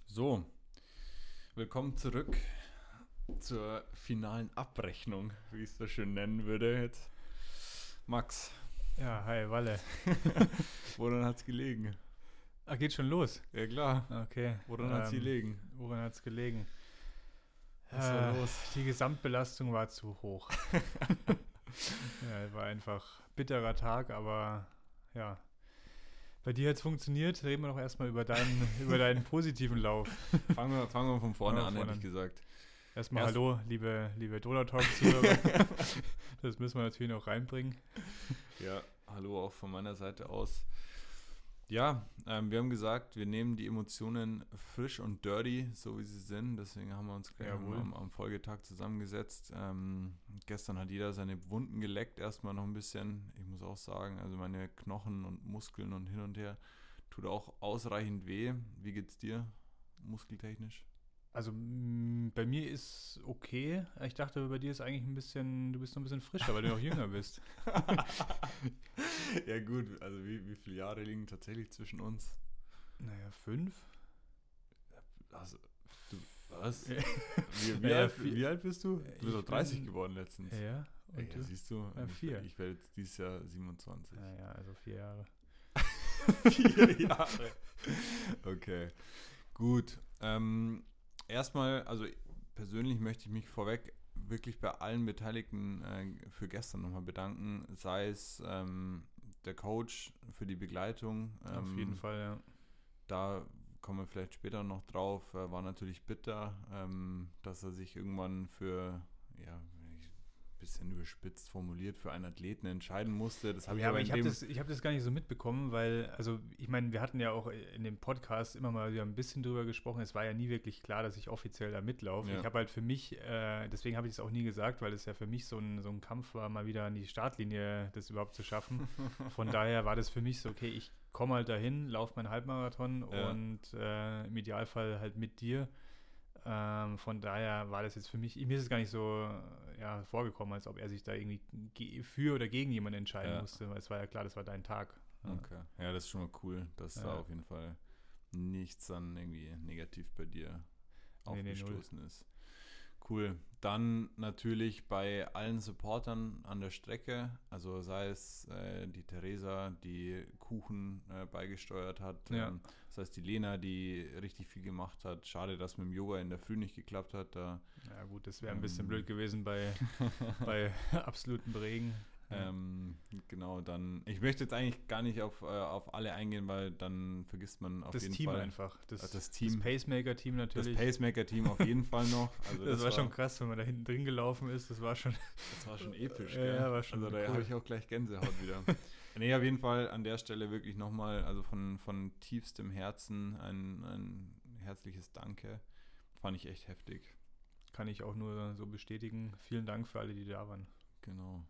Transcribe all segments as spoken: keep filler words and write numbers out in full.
So, willkommen zurück zur finalen Abrechnung, wie ich es so schön nennen würde jetzt. Max. Ja, hi, Walle. Woran hat's gelegen? Ah, geht schon los? Ja klar. Okay. Woran hat's ähm, gelegen? Woran hat's gelegen? Was war Äh, los? Die Gesamtbelastung war zu hoch. Ja, war einfach bitterer Tag, aber ja. Bei dir hat es funktioniert. Reden wir doch erstmal über deinen, über deinen positiven Lauf. Fangen wir, fangen wir von vorne Ja, an, vorne hätte ich gesagt. Erstmal Erst- hallo, liebe, liebe Dola-Talk-Zuhörer. Das müssen wir natürlich noch reinbringen. Ja, hallo auch von meiner Seite aus. Ja, ähm, wir haben gesagt, wir nehmen die Emotionen frisch und dirty, so wie sie sind. Deswegen haben wir uns gleich Jawohl. am, am Folgetag zusammengesetzt. Ähm, gestern hat jeder seine Wunden geleckt, erstmal noch ein bisschen. Ich muss auch sagen, also meine Knochen und Muskeln und hin und her tut auch ausreichend weh. Wie geht's dir, muskeltechnisch? Also mh, bei mir ist okay. Ich dachte, bei dir ist eigentlich ein bisschen, du bist noch ein bisschen frischer, weil du noch jünger bist. Ja gut, also wie, wie viele Jahre liegen tatsächlich zwischen uns? Naja, fünf? Also, du, was? Ja. Wie, wie, Ja, ja, alt, vier- wie alt bist du? Du bist Ich doch dreißig bin- geworden letztens. Ja, Ey, und ja, du? siehst du, Ja, ich, vier. ich werde jetzt dieses Jahr siebenundzwanzig. Ja, ja, also vier Jahre. Vier Jahre. Okay, gut. Ähm, erstmal, also persönlich möchte ich mich vorweg wirklich bei allen Beteiligten äh, für gestern nochmal bedanken, sei es ähm, der Coach für die Begleitung. Ähm, Auf jeden Fall, ja. Da kommen wir vielleicht später noch drauf. Äh, war natürlich bitter, ähm, dass er sich irgendwann für, ja, ein bisschen überspitzt formuliert, für einen Athleten entscheiden musste. Das habe ich Ja, aber aber in ich habe dem... das, ich hab das gar nicht so mitbekommen, weil, also ich meine, wir hatten ja auch in dem Podcast immer mal wieder ein bisschen drüber gesprochen. Es war ja nie wirklich klar, dass ich offiziell da mitlaufe. Ja. Ich habe halt für mich, äh, deswegen habe ich es auch nie gesagt, weil es ja für mich so ein, so ein Kampf war, mal wieder an die Startlinie das überhaupt zu schaffen. Von daher war das für mich so, okay, ich komme halt dahin, laufe meinen Halbmarathon Ja. und äh, im Idealfall halt mit dir. Ähm, von daher war das jetzt für mich, mir ist es gar nicht so ja, vorgekommen, als ob er sich da irgendwie ge- für oder gegen jemanden entscheiden Ja. musste, weil es war ja klar, das war dein Tag. Ja. Okay. Ja, das ist schon mal cool, dass Ja. da auf jeden Fall nichts dann irgendwie negativ bei dir Nee, nee, aufgestoßen ist. Cool. Dann natürlich bei allen Supportern an der Strecke, also sei es äh, die Theresa, die Kuchen äh, beigesteuert hat, Ja. ähm, sei es die Lena, die richtig viel gemacht hat. Schade, dass mit dem Yoga in der Früh nicht geklappt hat. Da, Ja gut, das wäre ein bisschen Ähm. blöd gewesen bei, bei absoluten Regen. Ja. ähm, genau, dann, ich möchte jetzt eigentlich gar nicht auf, äh, auf alle eingehen, weil dann vergisst man auf das jeden Team Fall. einfach. Das, Das das, Team. Pacemaker-Team Das natürlich. Pacemaker-Team auf jeden Fall noch. Also das, war schon krass, wenn man da hinten drin gelaufen ist. Das war schon. Das war schon episch, Ja, gell? ja, war schon also da cool. habe ich auch gleich Gänsehaut wieder. Nee, auf jeden Fall an der Stelle wirklich nochmal, also von, von tiefstem Herzen ein, ein herzliches Danke. Fand ich echt heftig. Kann ich auch nur so bestätigen. Vielen Dank für alle, die da waren. Genau.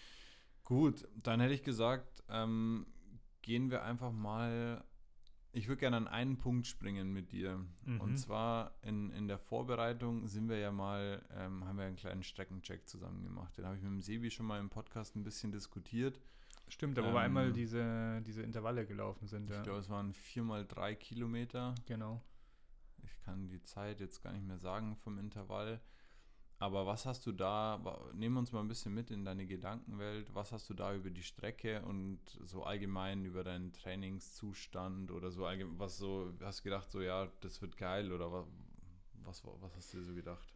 Gut, dann hätte ich gesagt, ähm, gehen wir einfach mal, ich würde gerne an einen Punkt springen mit dir. Mhm. Und zwar in, in der Vorbereitung sind wir ja mal, ähm, haben wir einen kleinen Streckencheck zusammen gemacht. Den habe ich mit dem Sebi schon mal im Podcast ein bisschen diskutiert. Stimmt, da wo Ähm, wir einmal diese, diese Intervalle gelaufen sind. Ich Ja. glaube, es waren vier mal drei Kilometer. Genau. Ich kann die Zeit jetzt gar nicht mehr sagen vom Intervall. Aber was hast du da, nehmen wir uns mal ein bisschen mit in deine Gedankenwelt, was hast du da über die Strecke und so allgemein über deinen Trainingszustand oder so allgemein, was so, hast du gedacht, so ja, das wird geil oder was, was, was hast du dir so gedacht?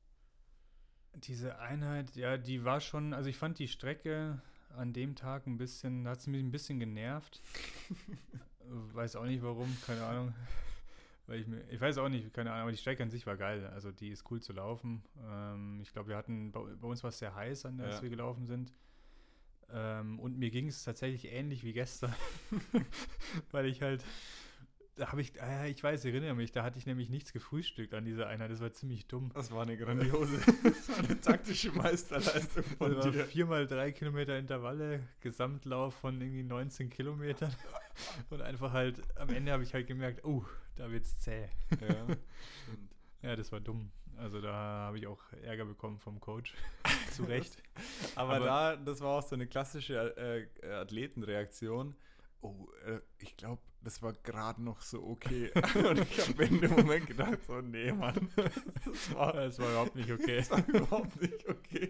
Diese Einheit, ja, die war schon, also ich fand die Strecke an dem Tag ein bisschen, da hat es mich ein bisschen genervt. Weiß auch nicht warum, keine Ahnung. Weil ich mir, ich weiß auch nicht, keine Ahnung, aber die Strecke an sich war geil. Also die ist cool zu laufen. Ähm, ich glaube, wir hatten, bei, bei uns war es sehr heiß, an der Ja. wir gelaufen sind. Ähm, und mir ging es tatsächlich ähnlich wie gestern. Weil ich halt, da habe ich, äh, ich weiß, ich erinnere mich, da hatte ich nämlich nichts gefrühstückt an dieser Einheit. Das war ziemlich dumm. Das war eine grandiose, das war eine taktische Meisterleistung von Das war dir. vier mal drei Kilometer Intervalle, Gesamtlauf von irgendwie neunzehn Kilometern. Und einfach halt, am Ende habe ich halt gemerkt, oh, da wird's zäh. Ja, stimmt. Ja, das war dumm. Also da habe ich auch Ärger bekommen vom Coach. Zu Recht. Aber, Aber- da, das war auch so eine klassische äh, Athletenreaktion. oh, äh, ich glaube, das war gerade noch so okay. Und ich habe in dem Moment gedacht, so, nee, Mann, das war, Das war überhaupt nicht okay. das war überhaupt nicht okay.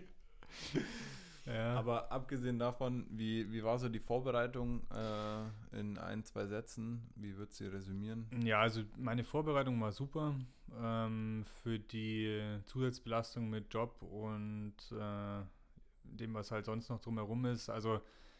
Ja. Aber abgesehen davon, wie, wie war so die Vorbereitung äh, in ein, zwei Sätzen? Wie würdest du sie resümieren? Ja, also meine Vorbereitung war super. Ähm, für die Zusatzbelastung mit Job und äh, dem, was halt sonst noch drumherum ist. Also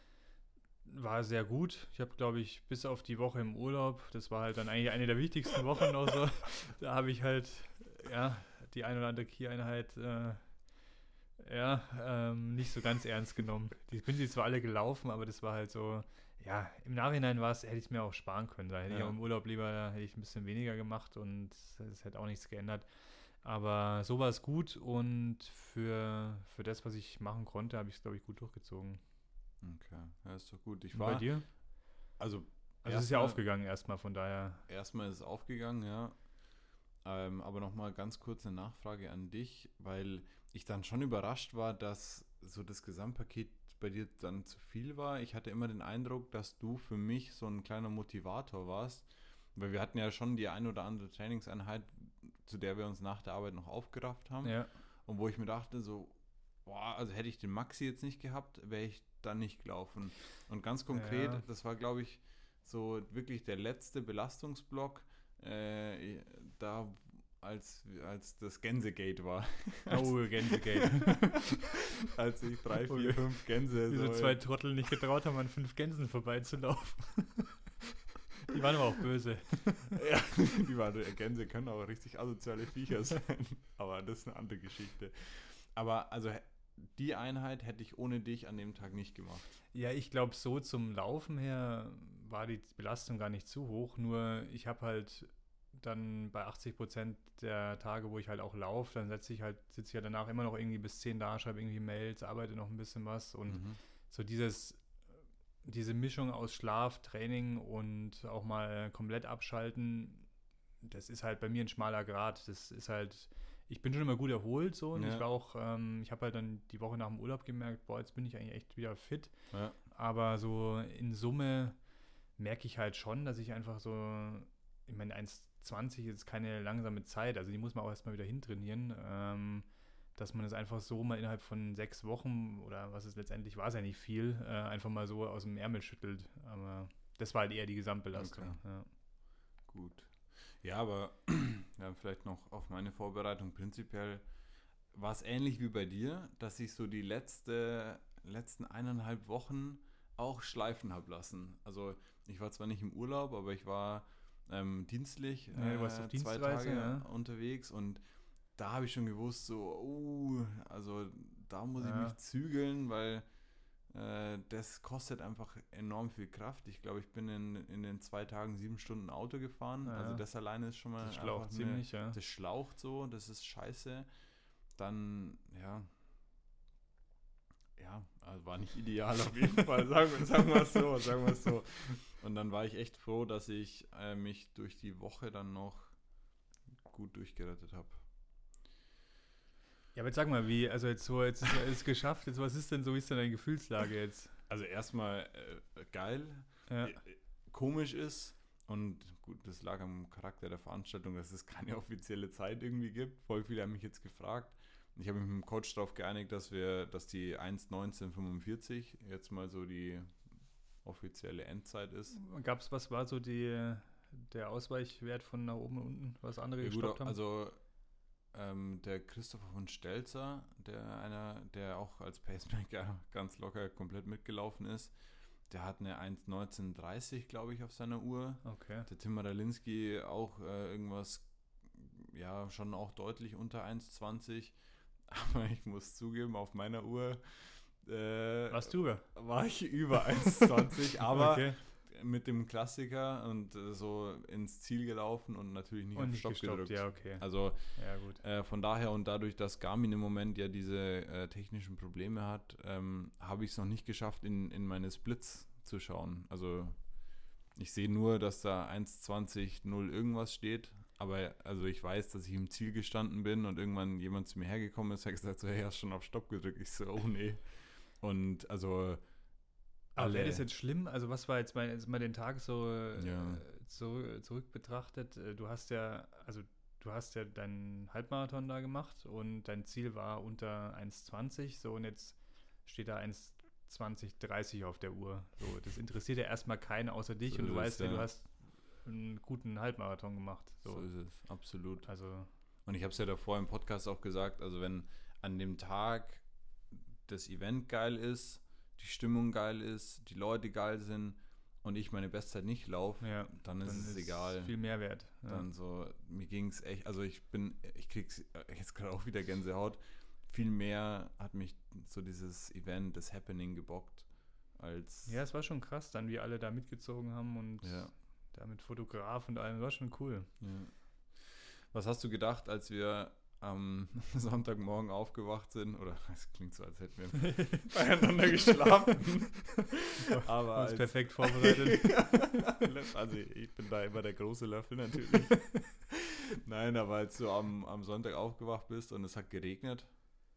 war sehr gut. Ich habe, glaube ich, bis auf die Woche im Urlaub, das war halt dann eigentlich eine der wichtigsten Wochen noch so, da habe ich halt, ja, die ein oder andere Key-Einheit, äh, ja, ähm, nicht so ganz ernst genommen. Ich bin sie zwar alle gelaufen, aber das war halt so, ja, im Nachhinein war es, hätte ich es mir auch sparen können. Da hätte Ja. ich auch im Urlaub lieber, hätte ich ein bisschen weniger gemacht und es hätte auch nichts geändert. Aber so war es gut und für, für das, was ich machen konnte, habe ich es, glaube ich, gut durchgezogen. Okay, ja, ist doch gut. Ich Und war, bei dir? also Also es ist ja erstmal- aufgegangen erstmal, von daher. Erstmal ist es aufgegangen, ja. Ähm, aber nochmal ganz kurz eine Nachfrage an dich, weil ich dann schon überrascht war, dass so das Gesamtpaket bei dir dann zu viel war. Ich hatte immer den Eindruck, dass du für mich so ein kleiner Motivator warst, weil wir hatten ja schon die ein oder andere Trainingseinheit, zu der wir uns nach der Arbeit noch aufgerafft haben. Ja, Und wo ich mir dachte, so, boah, also hätte ich den Maxi jetzt nicht gehabt, wäre ich dann nicht gelaufen. Und ganz konkret, Ja. das war, glaube ich, so wirklich der letzte Belastungsblock, äh, da als, als das Gänsegate war. oh, Gänsegate. Als ich drei, vier, fünf Gänse Diese so zwei Trottel nicht getraut haben, an fünf Gänsen vorbeizulaufen. Die waren aber auch böse. Ja, die waren, Gänse können aber richtig asoziale Viecher sein. Aber das ist eine andere Geschichte. Aber also die Einheit hätte ich ohne dich an dem Tag nicht gemacht. Ja, ich glaube, so zum Laufen her war die Belastung gar nicht zu hoch. Nur ich habe halt dann bei achtzig Prozent der Tage, wo ich halt auch laufe, dann setze ich halt, sitze ich ja danach immer noch irgendwie bis zehn da, schreibe irgendwie Mails, arbeite noch ein bisschen was. Und Mhm. so dieses, diese Mischung aus Schlaf, Training und auch mal komplett abschalten, das ist halt bei mir ein schmaler Grat. Das ist halt, ich bin schon immer gut erholt so und Ja. ich war auch, ähm, ich habe halt dann die Woche nach dem Urlaub gemerkt, boah, jetzt bin ich eigentlich echt wieder fit. Ja. Aber so in Summe merke ich halt schon, dass ich einfach so, ich meine, eins zwanzig ist keine langsame Zeit, also die muss man auch erstmal wieder hintrainieren, ähm, dass man es einfach so mal innerhalb von sechs Wochen oder was es letztendlich war, es ja nicht viel, äh, einfach mal so aus dem Ärmel schüttelt. Aber das war halt eher die Gesamtbelastung. Okay. Ja. Gut. Ja, aber ja, vielleicht noch auf meine Vorbereitung. Prinzipiell war es ähnlich wie bei dir, dass ich so die letzte, letzten eineinhalb Wochen auch schleifen habe lassen. Also ich war zwar nicht im Urlaub, aber ich war ähm, dienstlich Ja, du warst auf zwei Dienstreise, Tage ja. unterwegs und da habe ich schon gewusst, so, oh, also da muss ich Ja. mich zügeln, weil äh, das kostet einfach enorm viel Kraft. Ich glaube, ich bin in, in den zwei Tagen sieben Stunden Auto gefahren. Ja. Also das alleine ist schon mal Das schlaucht einfach ziemlich, ja. das schlaucht so, das ist scheiße. Dann, ja, ja, also war nicht ideal auf jeden Fall, sagen, wir- sagen wir es so, sagen wir es so. Und dann war ich echt froh, dass ich äh, mich durch die Woche dann noch gut durchgerettet habe. Ja, aber jetzt sag mal, wie, also jetzt so, jetzt ist es geschafft, jetzt was ist denn so, wie ist denn deine Gefühlslage jetzt? Also erstmal äh, geil, Ja. äh, komisch ist und gut, das lag am Charakter der Veranstaltung, dass es keine offizielle Zeit irgendwie gibt. Voll viele haben mich jetzt gefragt. Ich habe mich mit dem Coach darauf geeinigt, dass wir, dass die eins neunzehn fünfundvierzig jetzt mal so die offizielle Endzeit ist. Gab es, was war so die, der Ausweichwert von nach oben und unten, was andere Ja, gut, gestoppt haben? also ähm, der Christopher von Stelzer, der einer, der auch als Pacemaker ganz locker komplett mitgelaufen ist, der hat eine eins neunzehn dreißig, glaube ich, auf seiner Uhr. Okay. Der Tim Madalinski auch äh, irgendwas, ja, schon auch deutlich unter eins zwanzig. Aber ich muss zugeben, auf meiner Uhr äh, Warst du über? war ich über eins zwanzig, aber okay. mit dem Klassiker und äh, so ins Ziel gelaufen und natürlich nicht Und auf nicht Stopp gestoppt, gedrückt. ja, okay. Also Ja, gut. äh, von daher und dadurch, dass Garmin im Moment ja diese äh, technischen Probleme hat, ähm, habe ich es noch nicht geschafft, in, in meine Splits zu schauen. Also ich sehe nur, dass da eins zwanzig null irgendwas steht, aber also ich weiß, dass ich im Ziel gestanden bin und irgendwann jemand zu mir hergekommen ist, hat gesagt so, hey, hast schon auf Stopp gedrückt. Ich so, oh nee. Und also Aber wäre alle- das jetzt schlimm? Also was war jetzt mal, jetzt mal den Tag so äh, Ja. zurück, zurück betrachtet? Äh, Du hast ja, also du hast ja deinen Halbmarathon da gemacht und dein Ziel war unter eins zwanzig, so und jetzt steht da eins zwanzig dreißig auf der Uhr. So, das interessiert ja erstmal keinen außer dich So und du ist es, weißt ja, du ja. hast einen guten Halbmarathon gemacht. So So, ist es, absolut. also Und ich habe es ja davor im Podcast auch gesagt, also wenn an dem Tag das Event geil ist, die Stimmung geil ist, die Leute geil sind und ich meine Bestzeit nicht laufe, ja, dann ist dann es egal. viel mehr wert. Ja. Dann so, mir ging es echt, also ich bin, ich krieg's jetzt gerade auch wieder Gänsehaut. Viel mehr hat mich so dieses Event, das Happening gebockt, als Ja, es war schon krass, dann wie alle da mitgezogen haben und ja, da mit Fotograf und allem, war schon cool. ja. Was hast du gedacht, als wir am Sonntagmorgen aufgewacht sind? Oder es klingt so, als hätten wir beieinander geschlafen. Aber Uns als, perfekt vorbereitet. also ich bin da immer der große Löffel natürlich. Nein, aber als du am, am Sonntag aufgewacht bist und es hat geregnet.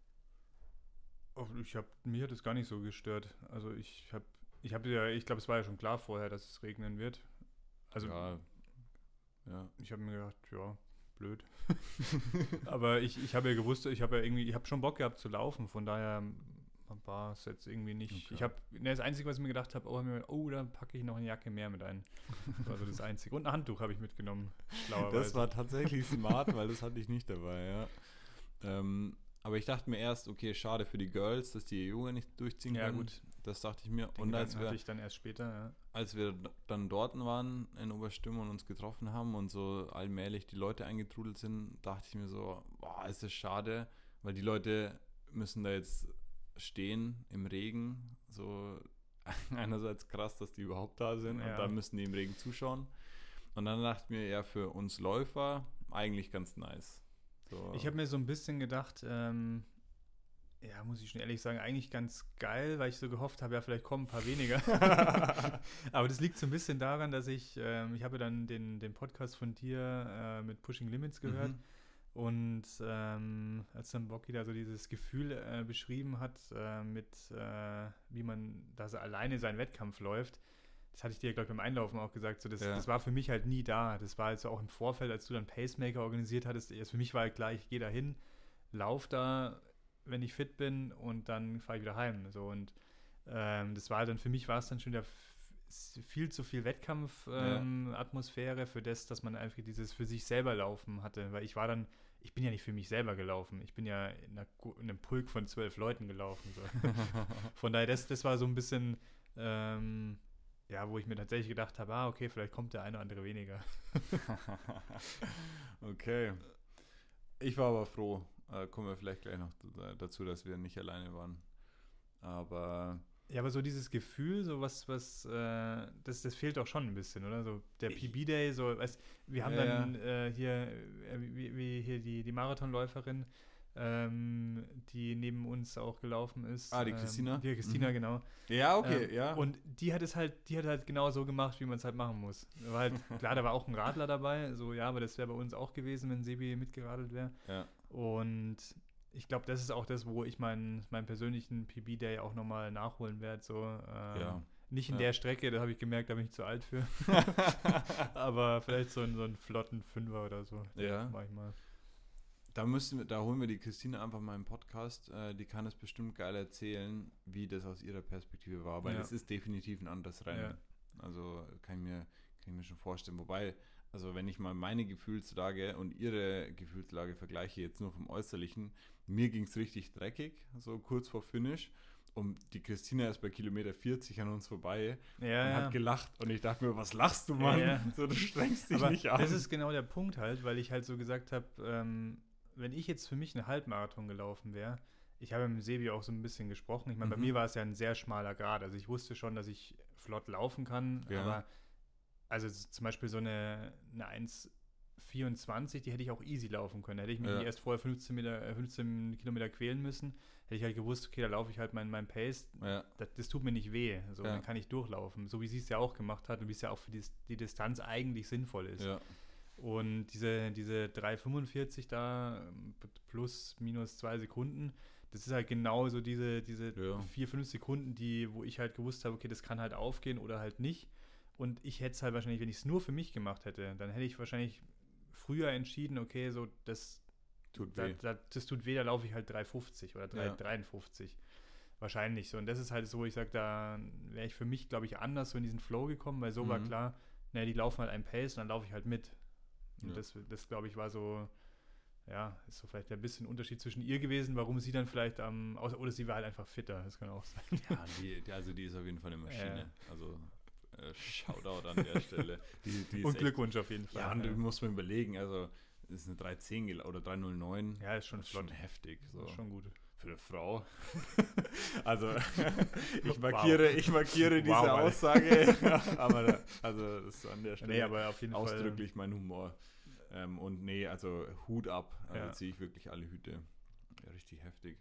Oh, ich hab, mir hat es gar nicht so gestört. Also ich habe, ich habe ja, ich glaube, es war ja schon klar vorher, dass es regnen wird. Also ja, ja. ich habe mir gedacht, ja, blöd. Aber ich, ich habe ja gewusst, ich habe ja irgendwie, ich habe schon Bock gehabt zu laufen, von daher war es jetzt irgendwie nicht. Okay. Ich habe, ne, das Einzige, was ich mir gedacht habe, oh, mir, oh, da packe ich noch eine Jacke mehr mit ein. Das war so das Einzige. Und ein Handtuch habe ich mitgenommen. Schlauerweise. Das war tatsächlich smart, weil das hatte ich nicht dabei, ja. Ähm, aber ich dachte mir erst, okay, schade für die Girls, dass die Junge nicht durchziehen Ja, können. gut. Das dachte ich mir. Den Und als Gedanken wir, hatte ich dann erst später, ja. als wir d- dann dort waren in Oberstimme und uns getroffen haben und so allmählich die Leute eingetrudelt sind, dachte ich mir so, boah, ist das schade, weil die Leute müssen da jetzt stehen im Regen. So einerseits krass, dass die überhaupt da sind Ja. und dann müssen die im Regen zuschauen. Und dann dachte ich mir, ja, für uns Läufer eigentlich ganz nice. So. Ich habe mir so ein bisschen gedacht, ähm, ja, muss ich schon ehrlich sagen, eigentlich ganz geil, weil ich so gehofft habe, ja, vielleicht kommen ein paar weniger. Aber das liegt so ein bisschen daran, dass ich, ähm, ich habe dann den, den Podcast von dir äh, mit Pushing Limits gehört. Mhm. Und ähm, als dann Bocky da so dieses Gefühl äh, beschrieben hat, äh, mit äh, wie man da so alleine seinen Wettkampf läuft, das hatte ich dir, glaube ich, beim Einlaufen auch gesagt, so das, Ja. das war für mich halt nie da. Das war also auch im Vorfeld, als du dann Pacemaker organisiert hattest, erst für mich war halt klar, ich gehe da hin, lauf da, wenn ich fit bin und dann fahre ich wieder heim. So, und ähm, das war dann, für mich war es dann schon wieder f- viel zu viel Wettkampf-Atmosphäre für das, dass man einfach dieses für sich selber laufen hatte, weil ich war dann, ich bin ja nicht für mich selber gelaufen, ich bin ja in, einer, Gu- in einem Pulk von zwölf Leuten gelaufen. So. Von daher, das, das war so ein bisschen, ähm, ja, wo ich mir tatsächlich gedacht habe, ah, okay, vielleicht kommt der eine oder andere weniger. Okay. Ich war aber froh. Äh, kommen wir vielleicht gleich noch d- dazu, dass wir nicht alleine waren. Aber Ja, aber so dieses Gefühl, so was, was, äh, das, das fehlt auch schon ein bisschen, oder? So der Ich- P B-Day, so, weißt, wir haben Ja, dann äh, hier, äh, wie, wie hier die, die Marathonläuferin, ähm, die neben uns auch gelaufen ist. Ah, die ähm, Christina? Die Christina, Mhm. genau. ja, okay, Ähm, ja. Und die hat es halt, die hat halt genau so gemacht, wie man es halt machen muss. War halt, klar, da war auch ein Radler dabei, so ja, aber das wäre bei uns auch gewesen, wenn Sebi mitgeradelt wäre. ja. Und ich glaube, das ist auch das, wo ich meinen, meinen persönlichen P B-Day auch nochmal nachholen werde. So, ähm, Ja. Nicht in Ja. der Strecke, da habe ich gemerkt, da bin ich zu alt für. Aber vielleicht so, in, so einen flotten Fünfer oder so. Ja. Mach ich mal. Da müssen wir, da holen wir die Christine einfach mal im Podcast. Äh, die kann es bestimmt geil erzählen, wie das aus ihrer Perspektive war. Weil Ja. das ist definitiv ein anderes Rennen. Also kann ich mir, kann ich mir schon vorstellen. Wobei, also wenn ich mal meine Gefühlslage und ihre Gefühlslage vergleiche, jetzt nur vom Äußerlichen, mir ging es richtig dreckig, so kurz vor Finish. Und die Christina ist bei Kilometer vierzig an uns vorbei Ja, und ja. hat gelacht. Und ich dachte mir, was lachst du, Mann? Ja, ja. So, du strengst dich Aber nicht an. das ist genau der Punkt halt, weil ich halt so gesagt habe, ähm, wenn ich jetzt für mich einen Halbmarathon gelaufen wäre, ich habe mit Sebi auch so ein bisschen gesprochen. Ich meine, bei Mhm. mir war es ja ein sehr schmaler Grat. Also ich wusste schon, dass ich flott laufen kann, Ja. aber also s- zum Beispiel so eine, eine eins vierundzwanzig, die hätte ich auch easy laufen können. Da hätte ich mich Ja. nicht erst vorher fünfzehn, Meter, äh, fünfzehn Kilometer quälen müssen. Hätte ich halt gewusst, okay, da laufe ich halt mein, mein Pace. ja. Das, das tut mir nicht weh. So, Ja. Dann kann ich durchlaufen. So wie sie es ja auch gemacht hat und wie es ja auch für die, die Distanz eigentlich sinnvoll ist. Ja. Und diese, diese drei fünfundvierzig da, ähm, plus minus zwei Sekunden, das ist halt genau so diese, diese Ja. vier, fünf Sekunden, die, wo ich halt gewusst habe, okay, das kann halt aufgehen oder halt nicht. Und ich hätte es halt wahrscheinlich, wenn ich es nur für mich gemacht hätte, dann hätte ich wahrscheinlich früher entschieden, okay, so das Tut da, weh. da, das tut weh, da laufe ich halt drei fünfzig oder drei Ja. dreiundfünfzig. Wahrscheinlich so. Und das ist halt so, ich sag, da wäre ich für mich, glaube ich, anders so in diesen Flow gekommen, weil so war Mhm. klar, naja, die laufen halt ein Pace und dann laufe ich halt mit. Und Ja. das, das glaube ich, war so, ja, ist so vielleicht ein bisschen Unterschied zwischen ihr gewesen, warum sie dann vielleicht am, ähm, oder sie war halt einfach fitter, das kann auch sein. Ja, die, die, also die ist auf jeden Fall eine Maschine. Ja. Also äh, Shoutout an der Stelle. Die, die ist Und echt- Glückwunsch auf jeden Fall. Ja, und du musst mir überlegen, also es ist eine drei zehn gel- oder drei null neun. Ja, ist schon Das ist schon flott. heftig. So. Das ist schon gut. Für eine Frau. Also ich markiere, ich markiere diese Wow, Alter. Aussage, aber da- also das ist an der Stelle Nee, aber auf jeden ausdrücklich mein Humor. Ähm, und nee, also Hut ab. Also Ja. da ziehe ich wirklich alle Hüte. Ja, richtig heftig.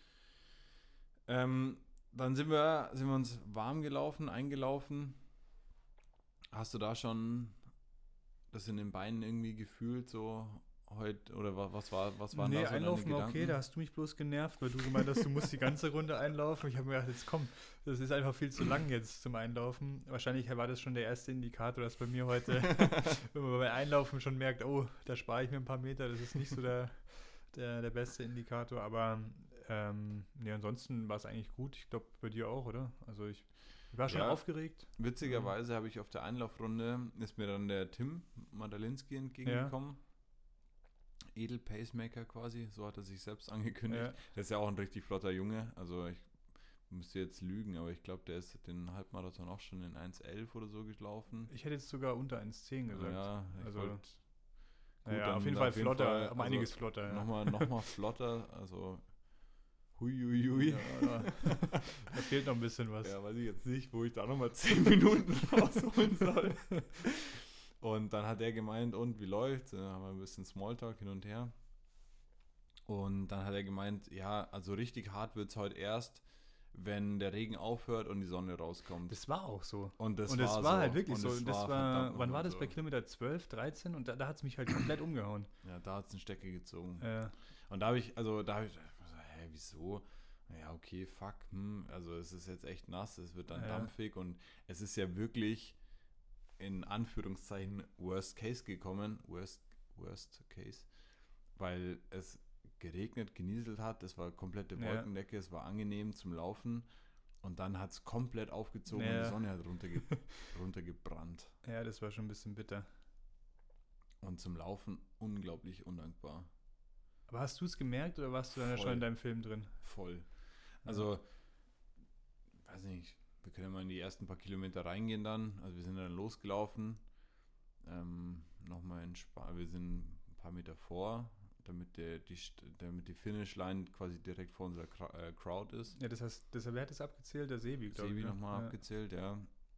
Ähm, dann sind wir, sind wir uns warm gelaufen, eingelaufen. Hast du da schon das in den Beinen irgendwie gefühlt, so heute, oder wa- was war, was waren Nee, da so einlaufen deine war Gedanken? okay, da hast du mich bloß genervt, weil du gemeint hast, du musst die ganze Runde einlaufen. Ich habe mir gedacht, jetzt komm, das ist einfach viel zu lang jetzt zum Einlaufen. Wahrscheinlich war das schon der erste Indikator, dass bei mir heute, wenn man beim Einlaufen schon merkt, oh, da spare ich mir ein paar Meter, das ist nicht so der, der, der beste Indikator, aber ähm, nee, ansonsten war es eigentlich gut. Ich glaube, bei dir auch, oder? Also ich, ich war schon Ja. aufgeregt. Witzigerweise habe ich auf der Einlaufrunde, ist mir dann der Tim Madalinski entgegengekommen. Edel Pacemaker quasi, so hat er sich selbst angekündigt. Ja. Der ist ja auch ein richtig flotter Junge, also ich müsste jetzt lügen, aber ich glaube, der ist den Halbmarathon auch schon in eins elf oder so gelaufen. Ich hätte jetzt sogar unter eins zehn gesagt. Ja, ich Also, wollte gut, ja, dann auf jeden Fall flotter, Fall, um also einiges flotter. Ja. nochmal noch mal flotter, also huiuiui. Ja, da, da fehlt noch ein bisschen was. Ja, weiß ich jetzt nicht, wo ich da nochmal zehn Minuten rausholen soll. Und dann hat er gemeint, und wie läuft's? Dann haben wir ein bisschen Smalltalk hin und her. Und dann hat er gemeint, ja, also richtig hart wird's heute erst, wenn der Regen aufhört und die Sonne rauskommt. Das war auch so. Und das und war, das war so. halt wirklich Und so. es Und das war, verdammt wann nochmal war das so. bei Kilometer zwölf, dreizehn? Und da, da hat es mich halt komplett umgehauen. Ja, da hat's eine Stecke gezogen. Äh, Und da habe ich, also da habe ich, so, hä, wieso? Ja, okay, fuck, hm, also es ist jetzt echt nass, es wird dann Ja. dampfig und es ist ja wirklich in Anführungszeichen Worst Case gekommen, Worst, worst Case, weil es geregnet, genieselt hat, es war komplette Ja. Wolkendecke, es war angenehm zum Laufen und dann hat es komplett aufgezogen und Ja. die Sonne hat runterge runtergebrannt. ja, das war schon ein bisschen bitter. Und zum Laufen unglaublich undankbar. Aber hast du es gemerkt oder warst du dann ja Voll. schon in deinem Film drin? Voll. Also, weiß nicht, wir können ja mal in die ersten paar Kilometer reingehen dann. Also wir sind dann losgelaufen. Ähm, nochmal in Spa wir sind ein paar Meter vor, damit der, die, St- damit die Finishline quasi direkt vor unserer Cra- äh, Crowd ist. Ja, das heißt, das, wer hat das abgezählt? Der Sebi, glaube ich. Sebi ne? nochmal Ja. abgezählt, ja.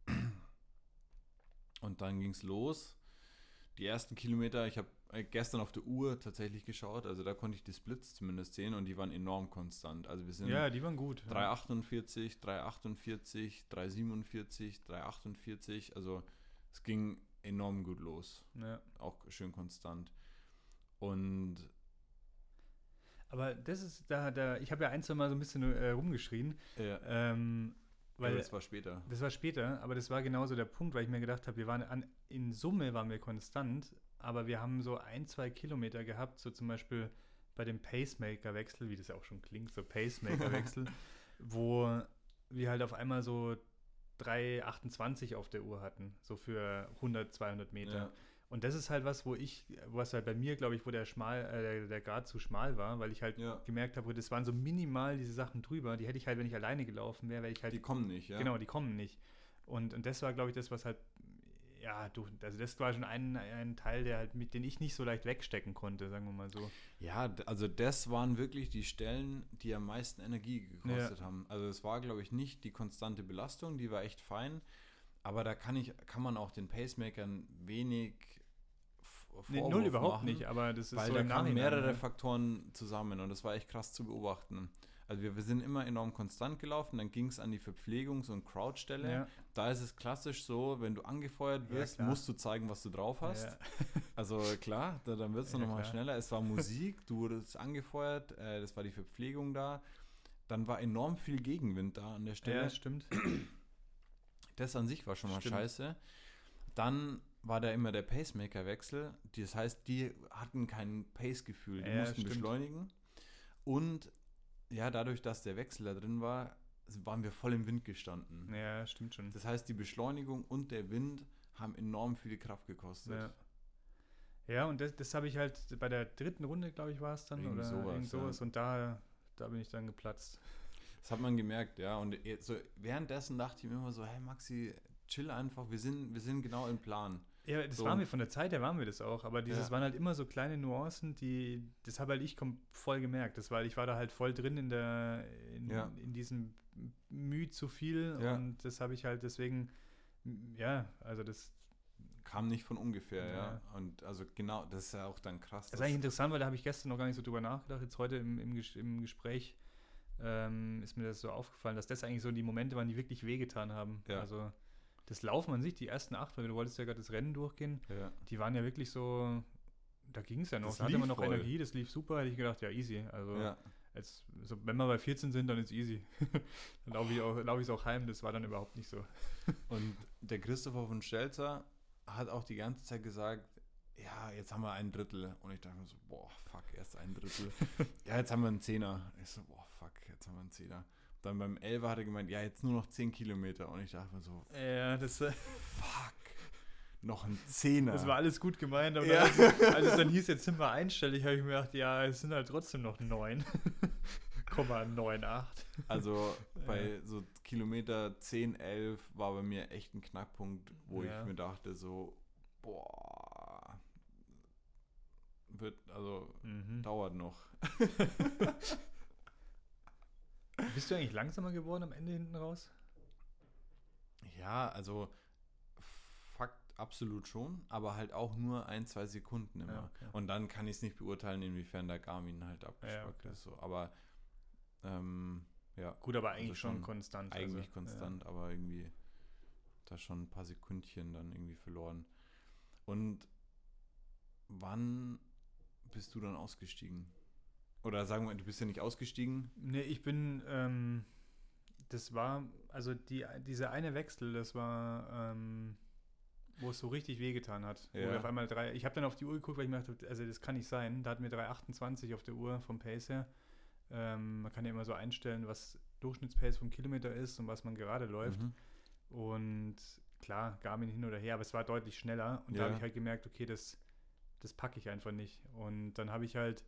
Und dann ging es los. Die ersten Kilometer, ich habe gestern auf der Uhr tatsächlich geschaut, also da konnte ich die Splits zumindest sehen und die waren enorm konstant. Also wir sind Ja, die waren gut. drei achtundvierzig, drei achtundvierzig, drei siebenundvierzig, drei achtundvierzig, also es ging enorm gut los, Ja. auch schön konstant. Und Aber das ist, da, da ich habe ja ein, zwei Mal so ein bisschen äh, rumgeschrien, äh, ähm, weil ja, das war später. das war später, aber das war genauso der Punkt, weil ich mir gedacht habe, wir waren an, in Summe waren wir konstant, aber wir haben so ein, zwei Kilometer gehabt, so zum Beispiel bei dem Pacemaker-Wechsel, wie das ja auch schon klingt, so Pacemaker-Wechsel, wo wir halt auf einmal so drei achtundzwanzig auf der Uhr hatten, so für hundert, zweihundert Meter. Ja. Und das ist halt was, wo ich, was halt bei mir, glaube ich, wo der schmal, äh, der, der Grad zu schmal war, weil ich halt Ja. gemerkt habe, das waren so minimal diese Sachen drüber, die hätte ich halt, wenn ich alleine gelaufen wäre, wäre ich halt Die kommen nicht, ja. Genau, die kommen nicht. Und, und das war, glaube ich, das, was halt, ja, du, also das war schon ein, ein Teil, der halt mit, den ich nicht so leicht wegstecken konnte, sagen wir mal so. Ja, d- also das waren wirklich die Stellen, die am meisten Energie gekostet haben. Also es war, glaube ich, nicht die konstante Belastung, die war echt fein, aber da kann ich, kann man auch den Pacemakern wenig f- Nee, Vorwurf null überhaupt machen, nicht, aber das ist weil so da im kamen Nachhinein, mehrere ne? Faktoren zusammen und das war echt krass zu beobachten. Also wir, wir sind immer enorm konstant gelaufen, dann ging es an die Verpflegungs- und Crowdstelle. Ja, Da ist es klassisch so, wenn du angefeuert Ja, wirst, klar. musst du zeigen, was du drauf hast. ja. Also klar, da, dann wird es Ja, nochmal klar. schneller. Es war Musik, du wurdest angefeuert, äh, das war die Verpflegung da. dann war enorm viel Gegenwind da an der Stelle. Ja, stimmt. Das an sich war schon mal Stimmt. scheiße. Dann war da immer der Pacemaker-Wechsel. Das heißt, die hatten kein Pace-Gefühl. Die Ja, mussten stimmt. beschleunigen. Und ja, dadurch, dass der Wechsel da drin war, waren wir voll im Wind gestanden. Ja, stimmt schon. Das heißt, die Beschleunigung und der Wind haben enorm viel Kraft gekostet. Ja, ja und das, das habe ich halt bei der dritten Runde, glaube ich, war es dann. Irgend oder sowas, irgend sowas. ja. Und da, da bin ich dann geplatzt. Das hat man gemerkt, ja. Und jetzt so, währenddessen dachte ich mir immer so, hey Maxi, chill einfach, wir sind, wir sind genau im Plan. Ja, das So. waren wir von der Zeit her, waren wir das auch. Aber dieses Ja. waren halt immer so kleine Nuancen, die, das habe halt ich kom- voll gemerkt. Das war, ich war da halt voll drin in der, in, Ja. in diesem Mühe zu viel. Ja. Und das habe ich halt deswegen, ja, also das, Kam nicht von ungefähr, ja. Ja. Und also genau, das ist ja auch dann krass. das ist eigentlich interessant, weil da habe ich gestern noch gar nicht so drüber nachgedacht. Jetzt heute im, im, Ges- im Gespräch ähm, ist mir das so aufgefallen, dass das eigentlich so die Momente waren, die wirklich wehgetan haben. Ja. Also das Laufen an sich, die ersten acht, weil du wolltest ja gerade das Rennen durchgehen, ja. die waren ja wirklich so, da ging es ja noch, Das da hatte man lief noch voll. Energie, das lief super, hätte ich gedacht, ja easy. Also Ja. als, so, wenn wir bei vierzehn sind, dann ist easy. Dann laufe ich auch, laufe ich es auch heim, das war dann überhaupt nicht so. Und der Christopher von Stelzer hat auch die ganze Zeit gesagt, ja, jetzt haben wir ein Drittel. Und ich dachte mir so, boah, fuck, erst ein Drittel. Ja, jetzt haben wir einen Zehner. Ich so, boah, fuck, jetzt haben wir einen Zehner. Dann beim Elfer hat er gemeint, ja, jetzt nur noch zehn Kilometer. Und ich dachte mir so, Ja, das, äh, fuck, noch ein Zehner. das war alles gut gemeint, aber Ja. als, als es dann hieß, jetzt sind wir einstellig, habe ich mir gedacht, ja, es sind halt trotzdem noch neun Komma neunundachtzig. Also bei so Kilometer zehn, elf war bei mir echt ein Knackpunkt, wo Ja. ich mir dachte so, boah, wird, also Mhm. dauert noch. Bist du eigentlich langsamer geworden am Ende hinten raus? Ja, also Fakt absolut schon, aber halt auch nur ein, zwei Sekunden immer. Ja, okay. Und dann kann ich es nicht beurteilen, inwiefern der Garmin halt abgespackt okay. ist. So. Aber ähm, ja, Gut, aber eigentlich Also schon schon konstant. eigentlich also, konstant, aber irgendwie da schon ein paar Sekündchen dann irgendwie verloren. Und wann bist du dann ausgestiegen? Oder sagen wir, du bist ja nicht ausgestiegen? Ja. Nee, ich bin, ähm, das war, also die, dieser eine Wechsel, das war, ähm, wo es so richtig wehgetan hat. Wo Ja. wir auf einmal drei, ich habe dann auf die Uhr geguckt, weil ich mir dachte, also das kann nicht sein. Da hatten wir drei achtundzwanzig auf der Uhr vom Pace her. Ähm, man kann ja immer so einstellen, was Durchschnittspace vom Kilometer ist und was man gerade läuft. Mhm. Und klar, Garmin hin oder her, aber es war deutlich schneller. Und da Ja. habe ich halt gemerkt, okay, das, das packe ich einfach nicht. Und dann habe ich halt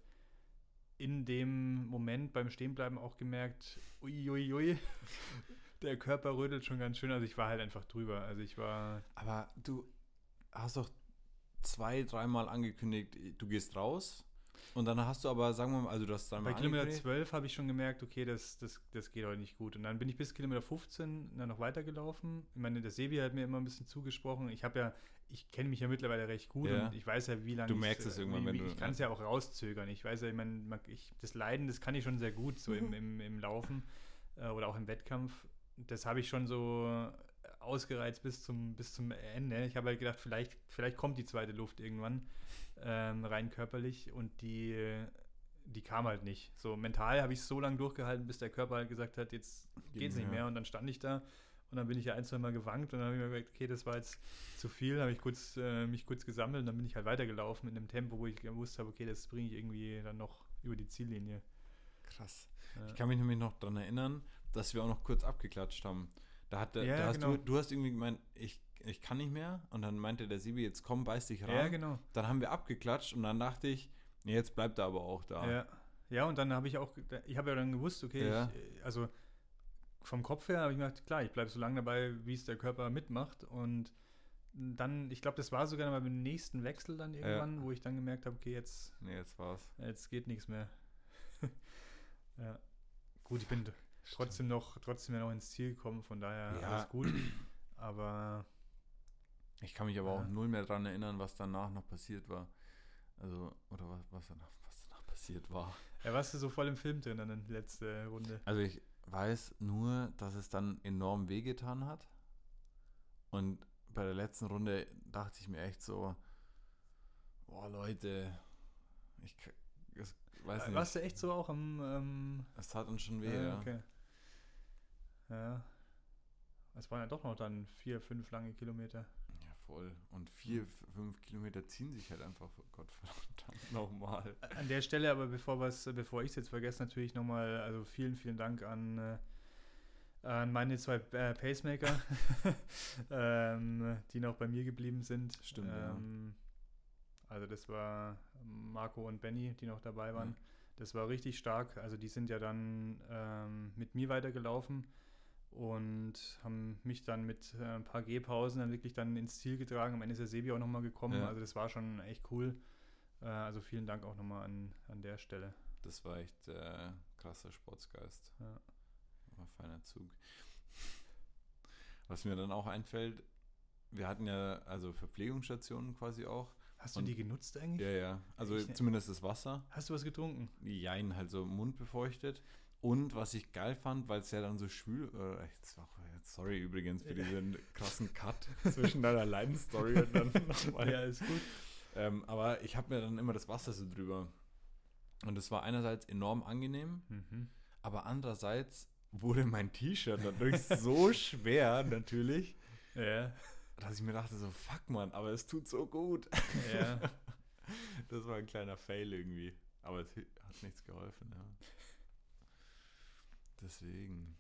in dem Moment beim Stehenbleiben auch gemerkt, uiuiui, ui, der Körper rödelt schon ganz schön. Also ich war halt einfach drüber. Also ich war, Aber du hast doch zwei, dreimal angekündigt, du gehst raus. Und dann hast du aber, sagen wir mal, also du hast dreimal bei Kilometer angekündigt. zwölf habe ich schon gemerkt, okay, das, das, das geht heute nicht gut. Und dann bin ich bis Kilometer fünfzehn dann noch weitergelaufen. Ich meine, der Sebi hat mir immer ein bisschen zugesprochen. Ich habe ja, ich kenne mich ja mittlerweile recht gut Ja. und ich weiß ja, wie lange Du ich, merkst es äh, irgendwann, wie, wenn wie, du- Ich kann es ja auch rauszögern. Ich weiß ja, ich meine, man- ich, das Leiden, das kann ich schon sehr gut, so im, im, im Laufen äh, oder auch im Wettkampf. Das habe ich schon so ausgereizt bis zum, bis zum Ende. Ich habe halt gedacht, vielleicht, vielleicht kommt die zweite Luft irgendwann ähm, rein körperlich und die, die kam halt nicht. So mental habe ich es so lange durchgehalten, bis der Körper halt gesagt hat, jetzt geht's nicht mehr. Und dann stand ich da und dann bin ich ja ein, zwei Mal gewankt und dann habe ich mir gedacht, okay, das war jetzt zu viel. Dann habe ich kurz, äh, mich kurz gesammelt und dann bin ich halt weitergelaufen in einem Tempo, wo ich gewusst habe, okay, das bringe ich irgendwie dann noch über die Ziellinie. Krass. Ja. Ich kann mich nämlich noch daran erinnern, dass wir auch noch kurz abgeklatscht haben. Da, hat der, Ja, da hast genau. du, du hast irgendwie gemeint, ich, ich kann nicht mehr. Und dann meinte der Sibi, jetzt komm, beiß dich ran. Ja, genau. Dann haben wir abgeklatscht und dann dachte ich, nee, jetzt bleibt er aber auch da. Ja. Ja, und dann habe ich auch, ich habe ja dann gewusst, okay, Ja. ich, also vom Kopf her habe ich mir gedacht, klar, ich bleibe so lange dabei, wie es der Körper mitmacht. Und dann, ich glaube, das war sogar mal beim nächsten Wechsel dann irgendwann, wo ich dann gemerkt habe, okay, jetzt, Nee, jetzt war's. jetzt geht nichts mehr. Ja. Gut, ich bin trotzdem noch, trotzdem ja noch ins Ziel gekommen, von daher Ja. alles gut. Aber Ich kann mich aber Ja. auch null mehr daran erinnern, was danach noch passiert war. Also, oder was, was, danach, was danach passiert war. ja, warst du so voll im Film drin dann in der letzten Runde? Also ich weiß nur, dass es dann enorm wehgetan hat. Und bei der letzten Runde dachte ich mir echt so, boah Leute, ich, k- es, weiß nicht. Warst du echt so auch am... Ähm, Es tat uns schon weh, ja, ja. okay. Ja. Es waren ja doch noch dann vier, fünf lange Kilometer. Ja, voll. Und vier, mhm. fünf Kilometer ziehen sich halt einfach, Gott verdammt, nochmal. An der Stelle aber, bevor, was, bevor ich es jetzt vergesse, natürlich nochmal, also vielen, vielen Dank an, äh, an meine zwei äh, Pacemaker, ähm, die noch bei mir geblieben sind. Stimmt, ähm, ja. Also das war Marco und Benny, die noch dabei waren. Mhm. Das war richtig stark. Also die sind ja dann ähm, mit mir weitergelaufen und haben mich dann mit äh, ein paar Gehpausen dann wirklich dann ins Ziel getragen. Am Ende ist der Sebi auch nochmal gekommen. Ja. Also das war schon echt cool. Äh, also vielen Dank auch nochmal an, an der Stelle. Das war echt äh, krasser Sportsgeist. Ja. War ein feiner Zug. Was mir dann auch einfällt, wir hatten ja also Verpflegungsstationen quasi auch. Hast du die genutzt eigentlich? Ja, ja. Also ich, zumindest das Wasser. Hast du was getrunken? Jein, halt so mundbefeuchtet. Und was ich geil fand, weil es ja dann so schwül... Äh, jetzt auch, sorry übrigens für diesen krassen Cut zwischen deiner Leidensstory und dann nochmal. Ja, ist gut. Ähm, aber ich habe mir dann immer das Wasser so drüber. Und es war einerseits enorm angenehm, mhm. aber andererseits wurde mein T-Shirt dadurch so schwer natürlich, ja. dass ich mir dachte so, fuck man, aber es tut so gut. Ja. Das war ein kleiner Fail irgendwie. Aber es hat nichts geholfen, ja. Deswegen.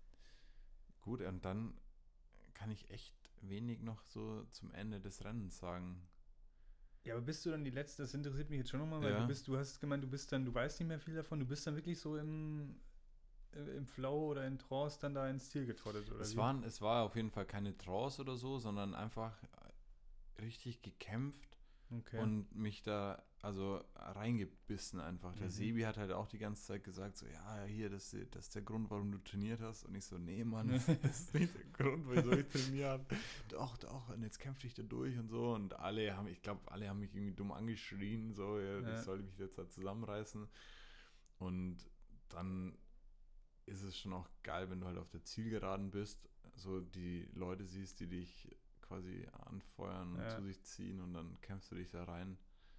Gut, und dann kann ich echt wenig noch so zum Ende des Rennens sagen. Ja, aber bist du dann die letzte, das interessiert mich jetzt schon nochmal, weil ja. du bist, du hast gemeint, du bist dann, du weißt nicht mehr viel davon, du bist dann wirklich so im, im Flow oder in Trance dann da ins Ziel getrottet, oder es wie? Waren, es war auf jeden Fall keine Trance oder so, sondern einfach richtig gekämpft okay. und mich da also reingebissen einfach. Der mhm. Sebi hat halt auch die ganze Zeit gesagt, so ja, hier, das, das ist der Grund, warum du trainiert hast. Und ich so, nee, Mann, das ist nicht der Grund, wieso ich trainiert habe. Doch, doch, und jetzt kämpfe ich da durch und so. Und alle haben, ich glaube, alle haben mich irgendwie dumm angeschrien, so, ja, ja. ich sollte mich jetzt da zusammenreißen. Und dann ist es schon auch geil, wenn du halt auf der Zielgeraden bist, so die Leute siehst, die dich quasi anfeuern und ja. zu sich ziehen und dann kämpfst du dich da rein.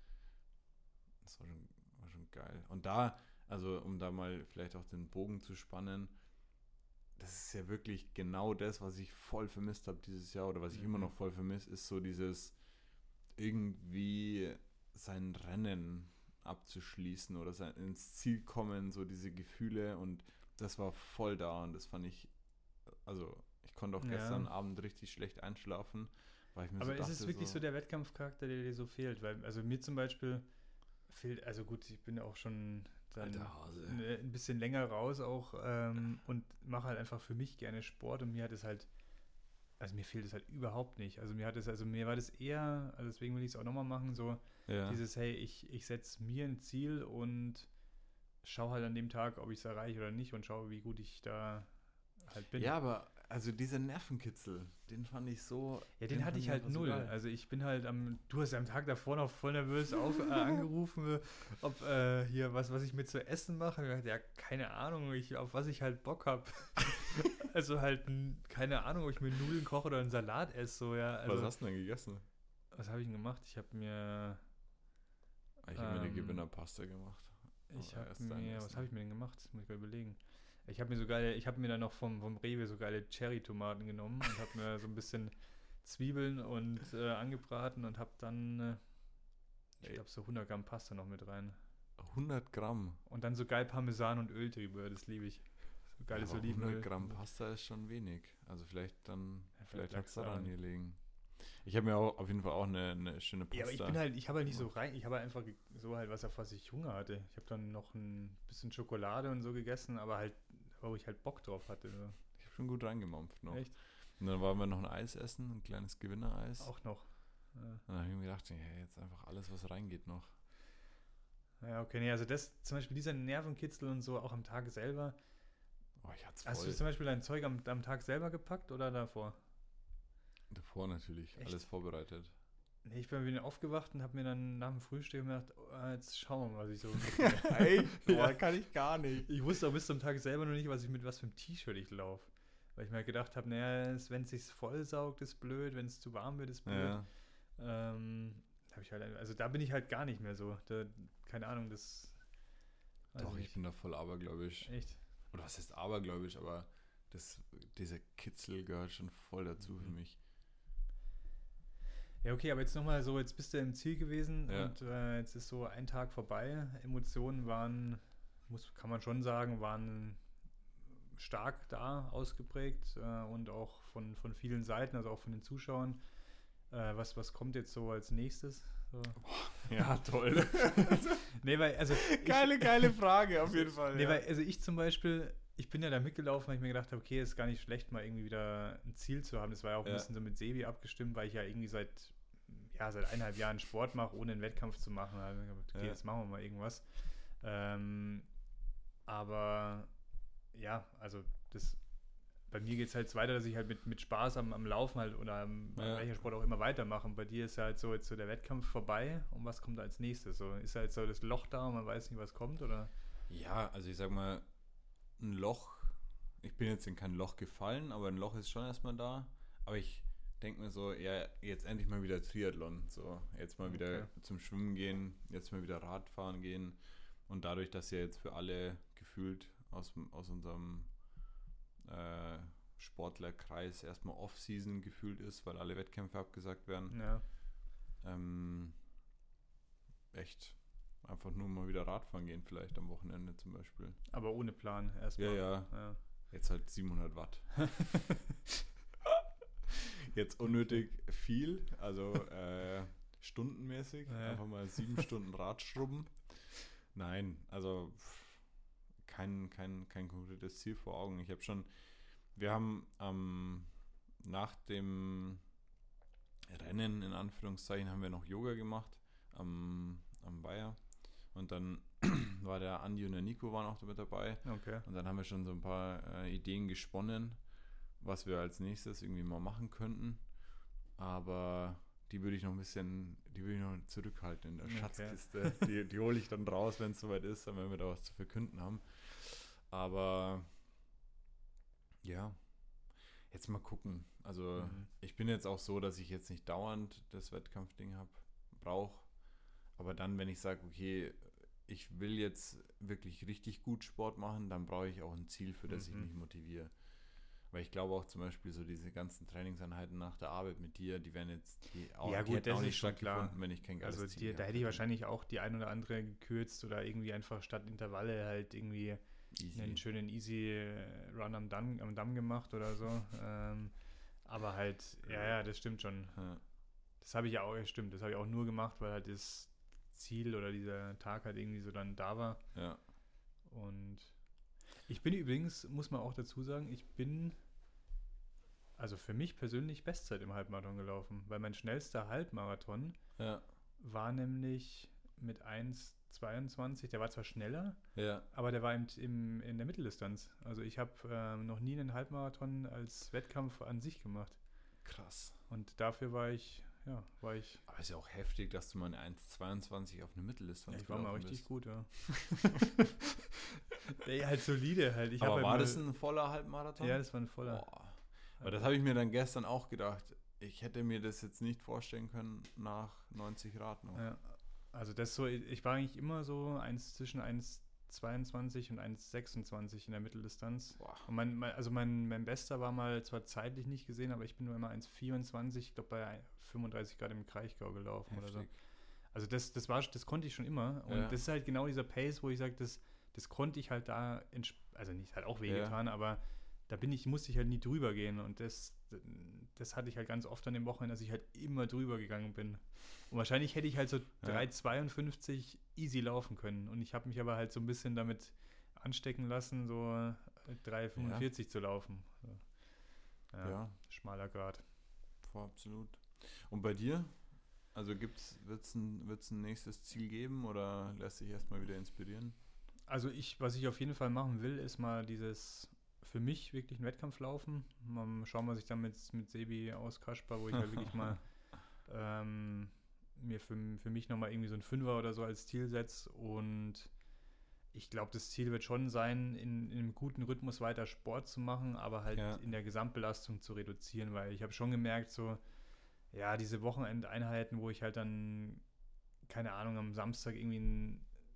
Das war schon, war schon geil. Und da, also um da mal vielleicht auch den Bogen zu spannen, das ist ja wirklich genau das, was ich voll vermisst habe dieses Jahr oder was ich mhm. immer noch voll vermisse, ist so dieses irgendwie sein Rennen abzuschließen oder sein, ins Ziel kommen, so diese Gefühle, und das war voll da und das fand ich, also ich konnte auch ja. gestern Abend richtig schlecht einschlafen, weil ich mir aber so dachte, ist es wirklich so, so der Wettkampfcharakter, der dir so fehlt? Weil, also mir zum Beispiel fehlt, also gut, ich bin auch schon dann ein bisschen länger raus auch ähm, und mache halt einfach für mich gerne Sport und mir hat es halt, also mir fehlt es halt überhaupt nicht. Also mir hat es, also mir war das eher, also deswegen will ich es auch nochmal machen, so ja. dieses, hey, ich, ich setze mir ein Ziel und schaue halt an dem Tag, ob ich es erreiche oder nicht und schaue, wie gut ich da halt bin. Ja, aber also dieser Nervenkitzel, den fand ich so... Ja, den, den hatte ich halt null. So also ich bin halt am... Du hast ja am Tag davor noch voll nervös auf, äh, angerufen, ob äh, hier was, was ich mit zu essen mache. Ich dachte, ja, keine Ahnung, ich, auf was ich halt Bock habe. Also halt, keine Ahnung, ob ich mir Nudeln koche oder einen Salat esse. So, ja. Also, was hast du denn gegessen? Was habe ich denn gemacht? Ich habe mir... Ich habe ähm, mir eine Gewinnerpasta gemacht. Ich habe mir... Was habe ich mir denn gemacht? Das muss ich mal überlegen. Ich habe mir so geile, ich habe mir dann noch vom, vom Rewe so geile Cherry-Tomaten genommen und habe mir so ein bisschen Zwiebeln und äh, angebraten und habe dann, äh, ich glaube, so hundert Gramm Pasta noch mit rein. hundert Gramm? Und dann so geil Parmesan und Öl drüber, das liebe ich. So geiles ja, Olivenöl. hundert Gramm Pasta ist schon wenig. Also vielleicht dann, ja, vielleicht, vielleicht hat es daran gelegen. Ich habe mir auch auf jeden Fall auch eine, eine schöne Pasta. Ja, aber ich bin halt, ich habe halt nicht so rein, ich habe halt einfach so halt was, auf was ich Hunger hatte. Ich habe dann noch ein bisschen Schokolade und so gegessen, aber halt, wo ich halt Bock drauf hatte. So. Ich habe schon gut reingemampft noch. Echt? Und dann waren wir noch ein Eis essen, ein kleines Gewinnereis. Auch noch. Ja. Und dann habe ich mir gedacht, ja, jetzt einfach alles, was reingeht noch. Ja, okay, nee, also das, zum Beispiel dieser Nervenkitzel und so, auch am Tag selber. Oh, ich hat's voll. Hast du zum Beispiel dein Zeug am, am Tag selber gepackt oder davor? Davor natürlich, echt? Alles vorbereitet. Nee, ich bin wieder aufgewacht und habe mir dann nach dem Frühstück gedacht, oh, jetzt schauen wir mal, was ich so... Ey, ja, kann ich gar nicht. Ich wusste auch bis zum Tag selber noch nicht, was ich mit was für einem T-Shirt ich laufe. Weil ich mir gedacht habe, naja, wenn es sich vollsaugt, ist blöd, wenn es zu warm wird, ist blöd. Ja. Ähm, hab ich halt, also da bin ich halt gar nicht mehr so. Da, keine Ahnung, das... Weiß Doch, ich nicht. bin da voll abergläubisch. Echt? Oder was heißt abergläubisch, aber das, dieser Kitzel gehört schon voll dazu Mhm. für mich. Ja, okay, aber jetzt nochmal so, jetzt bist du im Ziel gewesen Ja. und äh, jetzt ist so ein Tag vorbei. Emotionen waren, muss, kann man schon sagen, waren stark da ausgeprägt äh, und auch von, von vielen Seiten, also auch von den Zuschauern. Äh, was, was kommt jetzt so als nächstes? So. Ja, toll. Nee, weil, also. geile, geile Frage auf jeden Fall. Nee, ja. weil, also ich zum Beispiel, ich bin ja da mitgelaufen, weil ich mir gedacht habe, okay, ist gar nicht schlecht, mal irgendwie wieder ein Ziel zu haben. Das war ja auch ein Ja. bisschen so mit Sebi abgestimmt, weil ich ja irgendwie seit, ja, seit eineinhalb Jahren Sport mache, ohne einen Wettkampf zu machen. Da hab ich gedacht, okay, Ja. jetzt machen wir mal irgendwas. Ähm, aber ja, also das, bei mir geht es halt so weiter, dass ich halt mit, mit Spaß am, am Laufen halt oder am, Ja. welcher Sport auch immer weitermache. Und bei dir ist halt so jetzt so der Wettkampf vorbei und was kommt als nächstes? So, ist halt so das Loch da und man weiß nicht, was kommt, oder? Ja, also ich sag mal, ein Loch, ich bin jetzt in kein Loch gefallen, aber ein Loch ist schon erstmal da. Aber ich denke mir so, ja, jetzt endlich mal wieder Triathlon. So, jetzt mal wieder Okay. zum Schwimmen gehen, jetzt mal wieder Radfahren gehen. Und dadurch, dass ja jetzt für alle gefühlt aus, aus unserem äh, Sportlerkreis erstmal Off-Season gefühlt ist, weil alle Wettkämpfe abgesagt werden, Ja. ähm, echt einfach nur mal wieder Radfahren gehen, vielleicht am Wochenende zum Beispiel. Aber ohne Plan Ja, erstmal. ja, Ja. jetzt halt siebenhundert Watt. Jetzt unnötig viel, also äh, stundenmäßig, Ja. einfach mal sieben Stunden Rad schrubben. Nein, also pff, kein, kein, kein konkretes Ziel vor Augen. Ich habe schon, wir haben ähm, nach dem Rennen, in Anführungszeichen, haben wir noch Yoga gemacht am, am Weiher. Und dann war der Andi und der Nico waren auch mit dabei. Okay. Und dann haben wir schon so ein paar äh, Ideen gesponnen, was wir als nächstes irgendwie mal machen könnten. Aber die würde ich noch ein bisschen, die würde ich noch zurückhalten in der Okay. Schatzkiste. Die, die hole ich dann raus, wenn es soweit ist, dann wenn wir da was zu verkünden haben. Aber ja, jetzt mal gucken. Also Mhm. ich bin jetzt auch so, dass ich jetzt nicht dauernd das Wettkampfding habe, brauche. Aber dann, wenn ich sage, okay, ich will jetzt wirklich richtig gut Sport machen, dann brauche ich auch ein Ziel, für das Mhm. ich mich motiviere. Weil ich glaube auch zum Beispiel so diese ganzen Trainingseinheiten nach der Arbeit mit dir, die werden jetzt die auch, Ja, die gut, hätten das auch ist nicht schon klar. stattgefunden, wenn ich kein geiles Also Ziel die, da gehabt hätte ich wahrscheinlich auch die ein oder andere gekürzt oder irgendwie einfach statt Intervalle halt irgendwie Easy. einen schönen Easy äh, Run am Damm, am Damm gemacht oder so. ähm, aber halt, ja, ja, das stimmt schon. Ja. Das habe ich ja auch, ja, stimmt, das habe ich auch nur gemacht, weil halt das Ziel oder dieser Tag halt irgendwie so dann da war. Ja. Und ich bin übrigens, muss man auch dazu sagen, ich bin also für mich persönlich Bestzeit im Halbmarathon gelaufen, weil mein schnellster Halbmarathon Ja. war nämlich mit eins zweiundzwanzig, der war zwar schneller, Ja. aber der war im, im, in der Mitteldistanz. Also ich habe ähm, noch nie einen Halbmarathon als Wettkampf an sich gemacht. Krass. Und dafür war ich, ja, war ich, Aber ist ja auch heftig, dass du mal eine eins zweiundzwanzig auf eine Mitteldistanz ja, ich war mal gelaufen richtig bist. gut, ja. Ey, halt solide halt. Ich hab Aber halt war mal, das ein voller Halbmarathon? Ja, das war ein voller. Boah. Aber das habe ich mir dann gestern auch gedacht. Ich hätte mir das jetzt nicht vorstellen können nach neunzig Rad noch. Ja, also das so, ich war eigentlich immer so eins zwischen eins zweiundzwanzig und eins sechsundzwanzig in der Mitteldistanz. Boah. Und mein, mein, also mein, mein Bester war mal zwar zeitlich nicht gesehen, aber ich bin nur immer eins vierundzwanzig, ich glaube bei fünfunddreißig Grad im Kraichgau gelaufen oder so. Heftig. Also das, das war, das konnte ich schon immer. Und Ja. das ist halt genau dieser Pace, wo ich sage, das, das konnte ich halt da, ents- also nicht, hat auch wehgetan, aber da bin ich, musste ich halt nie drüber gehen. Und das, das hatte ich halt ganz oft an dem Wochenende, dass ich halt immer drüber gegangen bin. Und wahrscheinlich hätte ich halt so drei zweiundfünfzig easy laufen können. Und ich habe mich aber halt so ein bisschen damit anstecken lassen, so drei fünfundvierzig zu laufen. So. Ja, Ja, schmaler Grad. voll absolut. Und bei dir? Also gibt's, wird's ein, wird's ein nächstes Ziel geben oder lässt sich erstmal wieder inspirieren? Also ich, was ich auf jeden Fall machen will, ist mal dieses für mich wirklich einen Wettkampf laufen. Mal schauen, was ich dann mit, mit Sebi aus Kaspar, wo ich halt wirklich mal ähm, mir für, für mich nochmal irgendwie so ein Fünfer oder so als Ziel setze. Und ich glaube, das Ziel wird schon sein, in, in einem guten Rhythmus weiter Sport zu machen, aber halt Ja. in der Gesamtbelastung zu reduzieren, weil ich habe schon gemerkt, so, ja, diese Wochenendeinheiten, wo ich halt dann, keine Ahnung, am Samstag irgendwie ein, ein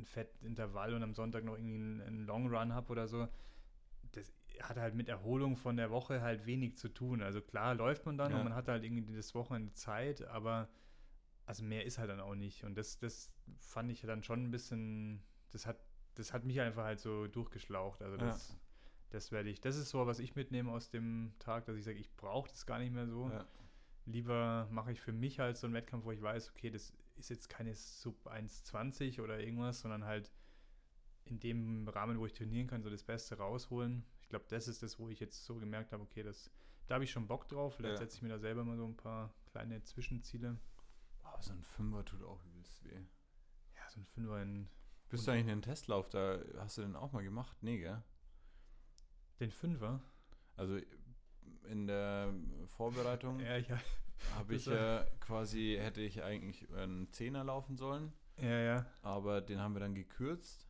Fettintervall und am Sonntag noch irgendwie einen, einen Long Run habe oder so, das hat halt mit Erholung von der Woche halt wenig zu tun. Also klar läuft man dann Ja. und man hat halt irgendwie das Wochenende Zeit, aber also mehr ist halt dann auch nicht. Und das, das fand ich dann schon ein bisschen, das hat, das hat mich einfach halt so durchgeschlaucht. Also das, Ja. das werde ich, das ist so, was ich mitnehme aus dem Tag, dass ich sage, ich brauche das gar nicht mehr so. Ja. Lieber mache ich für mich halt so einen Wettkampf, wo ich weiß, okay, das ist jetzt keine Sub eins zwanzig oder irgendwas, sondern halt in dem Rahmen, wo ich trainieren kann, so das Beste rausholen. Ich glaube, das ist das, wo ich jetzt so gemerkt habe, okay, das, da habe ich schon Bock drauf. Vielleicht Ja. setze ich mir da selber mal so ein paar kleine Zwischenziele. Aber so ein Fünfer tut auch übelst weh. Ja, so ein Fünfer in Bist Und- du eigentlich in den Testlauf, da hast du den auch mal gemacht? Nee, gell? den Fünfer. Also in der Vorbereitung Ja, ja. habe ich das war- ja quasi, hätte ich eigentlich einen Zehner laufen sollen, Ja, ja. aber den haben wir dann gekürzt.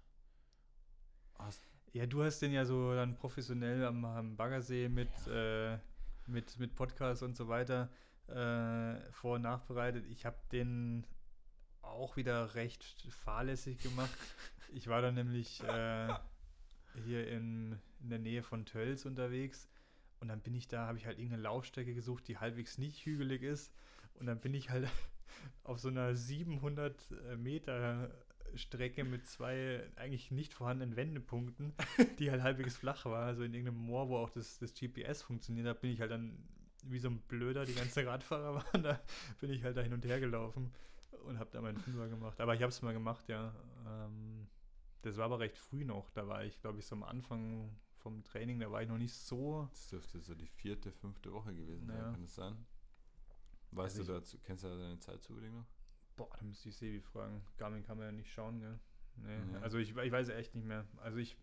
Hast, Ja, du hast den ja so dann professionell am, am Baggersee mit, äh, mit, mit Podcast und so weiter äh, vor- und nachbereitet. Ich habe den auch wieder recht fahrlässig gemacht. Ich war dann nämlich äh, hier in, in der Nähe von Tölz unterwegs und dann bin ich da, habe ich halt irgendeine Laufstrecke gesucht, die halbwegs nicht hügelig ist und dann bin ich halt auf so einer siebenhundert Meter Strecke mit zwei eigentlich nicht vorhandenen Wendepunkten, die halt halbwegs flach war, also in irgendeinem Moor, wo auch das, das G P S funktioniert hat, bin ich halt dann wie so ein Blöder, die ganzen Radfahrer waren, da bin ich halt da hin und her gelaufen und habe da meinen Fünfer gemacht. Aber ich habe es mal gemacht, ja. Ähm, das war aber recht früh noch, da war ich, glaube ich, so am Anfang vom Training, da war ich noch nicht so. das dürfte so die vierte, fünfte Woche gewesen sein, Ja. kann das sein? Weißt Also du dazu, kennst du da deine Zeit zufällig noch? Boah, da müsste ich Sebi fragen. Garmin kann man ja nicht schauen, gell? Nee. Nee. Also ich, ich weiß echt nicht mehr. Also ich.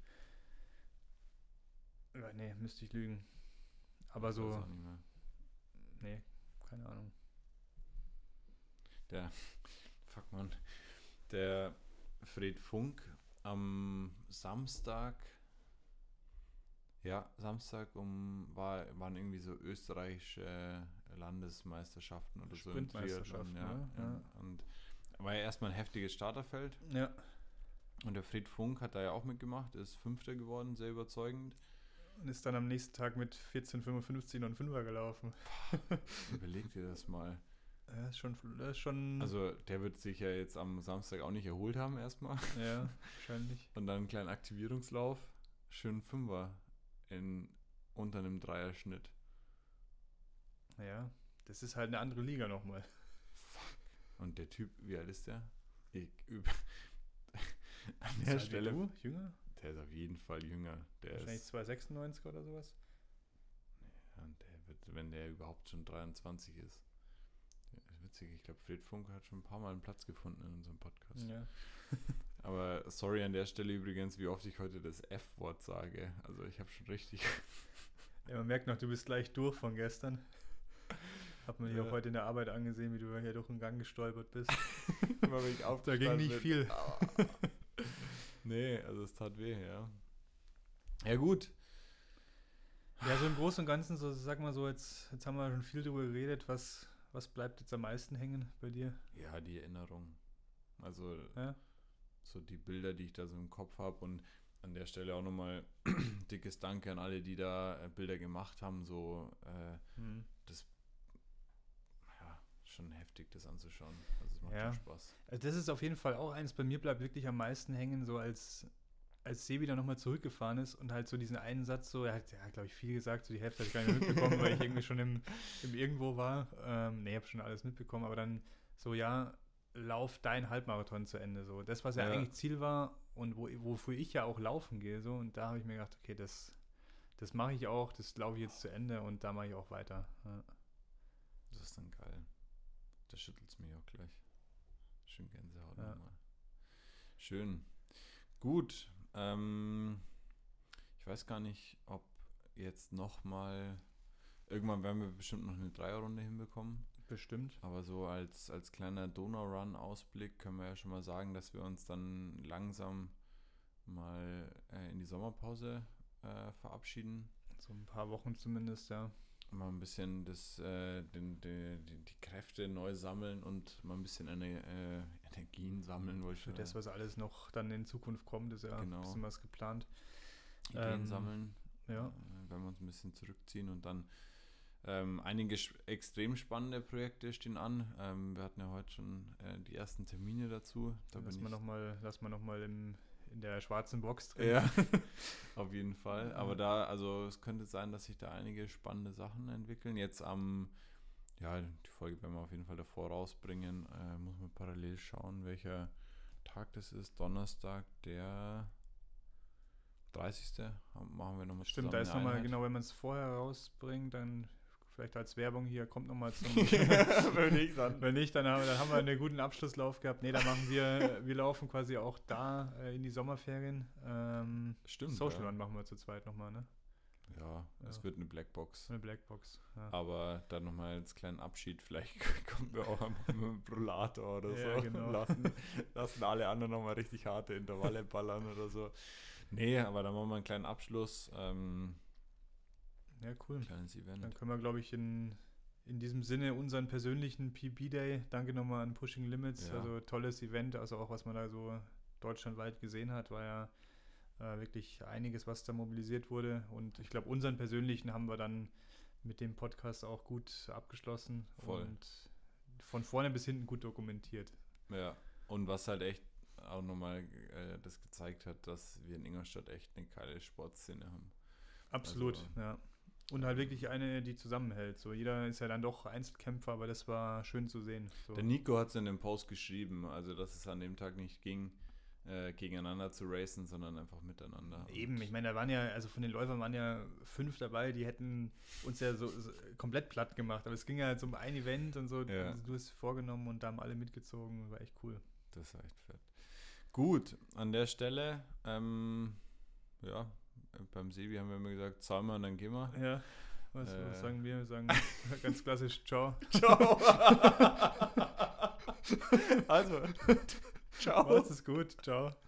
Ja, nee, müsste ich lügen. Aber Ich weiß so. auch nicht mehr. Nee, keine Ahnung. Der, fuck man, der Fred Funk am Samstag, ja, Samstag um, war, waren irgendwie so österreichische Landesmeisterschaften oder so im Sprintmeisterschaften, Triathlon, ja. ne? Und, und war ja erstmal ein heftiges Starterfeld Ja. und der Fred Funk hat da ja auch mitgemacht, ist Fünfter geworden, sehr überzeugend. Und ist dann am nächsten Tag mit vierzehn Komma fünfundfünfzig noch ein Fünfer gelaufen. Überleg dir das mal. Ja, ist schon. Das ist schon Also der wird sich ja jetzt am Samstag auch nicht erholt haben erstmal. ja, wahrscheinlich. Und dann einen kleinen Aktivierungslauf. Schön Fünfer in unter einem Dreierschnitt. Ja, das ist halt eine andere Liga nochmal. Und der Typ, wie alt ist der? Ich, über, an Ist der halt wie Stelle, du, jünger? der ist auf jeden Fall jünger. Der Wahrscheinlich ist, zwei Komma sechsundneunzig oder sowas. ja, und der wird, wenn der überhaupt schon dreiundzwanzig ist. Ja, ist witzig, ich glaube, Fred Funk hat schon ein paar Mal einen Platz gefunden in unserem Podcast. Ja. Aber sorry an der Stelle übrigens, wie oft ich heute das F-Wort sage. Also ich habe schon richtig... Ja, man merkt noch, du bist gleich durch von gestern. Hat man dir Ja. auch heute in der Arbeit angesehen, wie du hier durch den Gang gestolpert bist. Immer wenn ich Da aufgestanden ging nicht bin. viel. Nee, also es tat weh, ja. Ja gut. Ja, so im Großen und Ganzen, so sag mal so, jetzt, jetzt haben wir schon viel drüber geredet. Was, was bleibt jetzt am meisten hängen bei dir? Ja, die Erinnerung. Also Ja? so die Bilder, die ich da so im Kopf habe und an der Stelle auch nochmal dickes Danke an alle, die da äh, Bilder gemacht haben. So, äh, Hm. ja, schon heftig, das anzuschauen. Also es macht Ja. schon Spaß. Also das ist auf jeden Fall auch eins, bei mir bleibt wirklich am meisten hängen, so als, als Sebi dann nochmal zurückgefahren ist und halt so diesen einen Satz so, er hat ja, glaube ich, viel gesagt, so die Hälfte habe ich gar nicht mehr mitbekommen, weil ich irgendwie schon im, im Irgendwo war. Ähm, nee, ich habe schon alles mitbekommen, aber dann so, ja, lauf dein Halbmarathon zu Ende, so. Das, was ja, Ja. eigentlich Ziel war und wo, wofür ich ja auch laufen gehe, so. Und da habe ich mir gedacht, okay, das, das mache ich auch, das laufe ich jetzt zu Ende und da mache ich auch weiter. Ja. Das ist dann geil. Da schüttelt es mich auch gleich. Schön Gänsehaut Ja. nochmal. Schön. Gut. Ähm, ich weiß gar nicht, ob jetzt nochmal... Irgendwann werden wir bestimmt noch eine Dreierrunde hinbekommen. Bestimmt. Aber so als, als kleiner Donau-Run-Ausblick können wir ja schon mal sagen, dass wir uns dann langsam mal äh, in die Sommerpause äh, verabschieden. So ein paar Wochen zumindest, ja. Mal ein bisschen das, äh, den, die, die, die Kräfte neu sammeln und mal ein bisschen eine, äh, Energien sammeln, wo ich Für das, was alles noch dann in Zukunft kommt, ist ja Genau. ein bisschen was geplant. Ideen Ähm, sammeln, Ja, äh, wenn wir uns ein bisschen zurückziehen und dann ähm, einige sch- extrem spannende Projekte stehen an. Ähm, wir hatten ja heute schon äh, die ersten Termine dazu. Da lass bin mal ich- nochmal lass mal noch mal im, in der schwarzen Box drin. Ja, auf jeden Fall. Ja. Aber da, also es könnte sein, dass sich da einige spannende Sachen entwickeln. Jetzt am, ja, die Folge werden wir auf jeden Fall davor rausbringen. Äh, muss man parallel schauen, welcher Tag das ist. Donnerstag, der dreißigste Machen wir nochmal Stimmt, da ist nochmal, genau, wenn man es vorher rausbringt, dann vielleicht als Werbung hier, kommt nochmal zum... Wenn nicht, dann. Wenn nicht, dann haben, wir, dann haben wir einen guten Abschlusslauf gehabt. Nee, da machen wir, wir laufen quasi auch da äh, in die Sommerferien. Ähm, Stimmt. Social ja. Run machen wir zu zweit nochmal, ne? Ja, es Ja. wird eine Blackbox. Eine Blackbox. Ja. Aber dann nochmal als kleinen Abschied, vielleicht kommen wir auch einmal mit einem Brulator oder Ja, so. genau. Lassen, lassen alle anderen nochmal richtig harte Intervalle ballern oder so. Nee, aber dann machen wir einen kleinen Abschluss. Ähm, Ja, cool. kleines Event. Dann können wir, glaube ich, in, in diesem Sinne unseren persönlichen P B-Day, danke nochmal an Pushing Limits, Ja. also tolles Event, also auch was man da so deutschlandweit gesehen hat, war ja äh, wirklich einiges, was da mobilisiert wurde und ich glaube, unseren persönlichen haben wir dann mit dem Podcast auch gut abgeschlossen Voll. und von vorne bis hinten gut dokumentiert. Ja, und was halt echt auch nochmal äh, das gezeigt hat, dass wir in Ingolstadt echt eine geile Sportszene haben. Absolut, Also- ja. Und halt wirklich eine, die zusammenhält. So, jeder ist ja dann doch Einzelkämpfer, aber das war schön zu sehen. So. Der Nico hat es in dem Post geschrieben, also dass es an dem Tag nicht ging, äh, gegeneinander zu racen, sondern einfach miteinander. Eben, Und ich meine, da waren ja, also von den Läufern waren ja fünf dabei, die hätten uns ja so, so komplett platt gemacht. Aber es ging ja halt so um ein Event und so. Ja. Also, du hast es vorgenommen und da haben alle mitgezogen. War echt cool. Das ist echt fett. Gut, an der Stelle, ähm, ja, beim Sebi haben wir immer gesagt, zahlen wir und dann gehen wir. Ja, was, Äh. was sagen wir? Wir sagen ganz klassisch Ciao. Ciao. Also, ciao. Macht's es gut. Ciao.